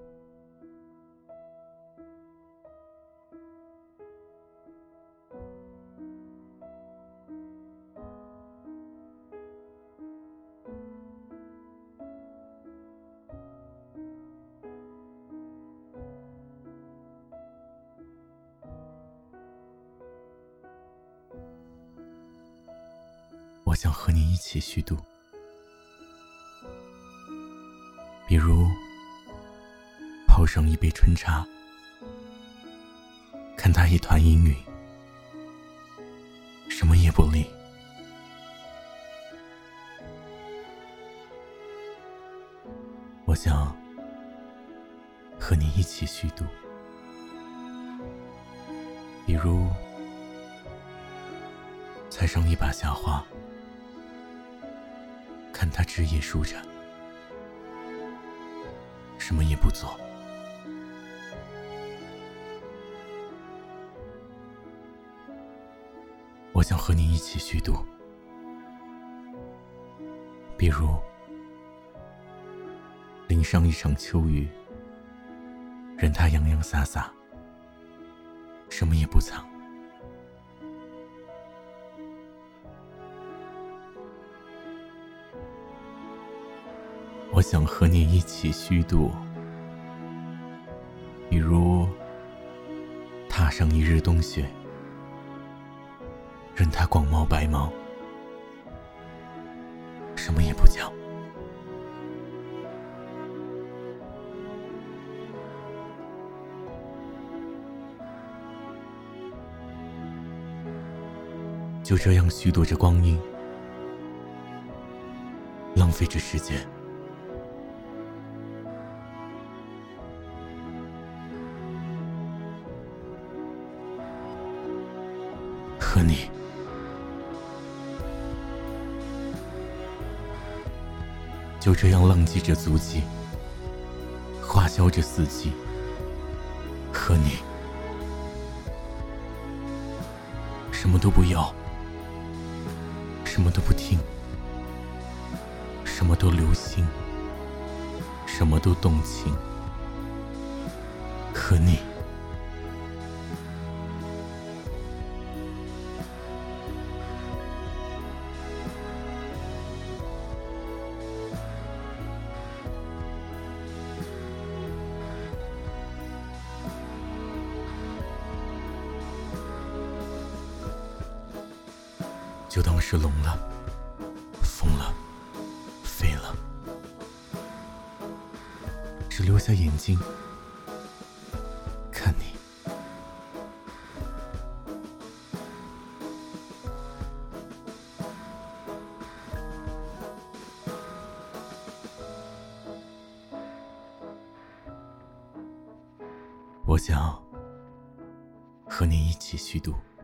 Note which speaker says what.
Speaker 1: 我想和你一起虚度，比如泡上一杯春茶，看它一团阴云，什么也不理。我想和你一起虚度，比如采上一把夏花，看它枝叶舒展，什么也不做。我想和你一起虚度，比如淋上一场秋雨，任它洋洋洒洒，什么也不藏。我想和你一起虚度，比如踏上一日冬雪，任它广袤白毛，什么也不讲。就这样虚度着光阴，浪费着时间。和你就这样浪迹着足迹，花销着四季。和你什么都不要，什么都不听，什么都留心，什么都动情。和你就当是聋了，疯了，飞了，只留下眼睛看你。我想和你一起虚度。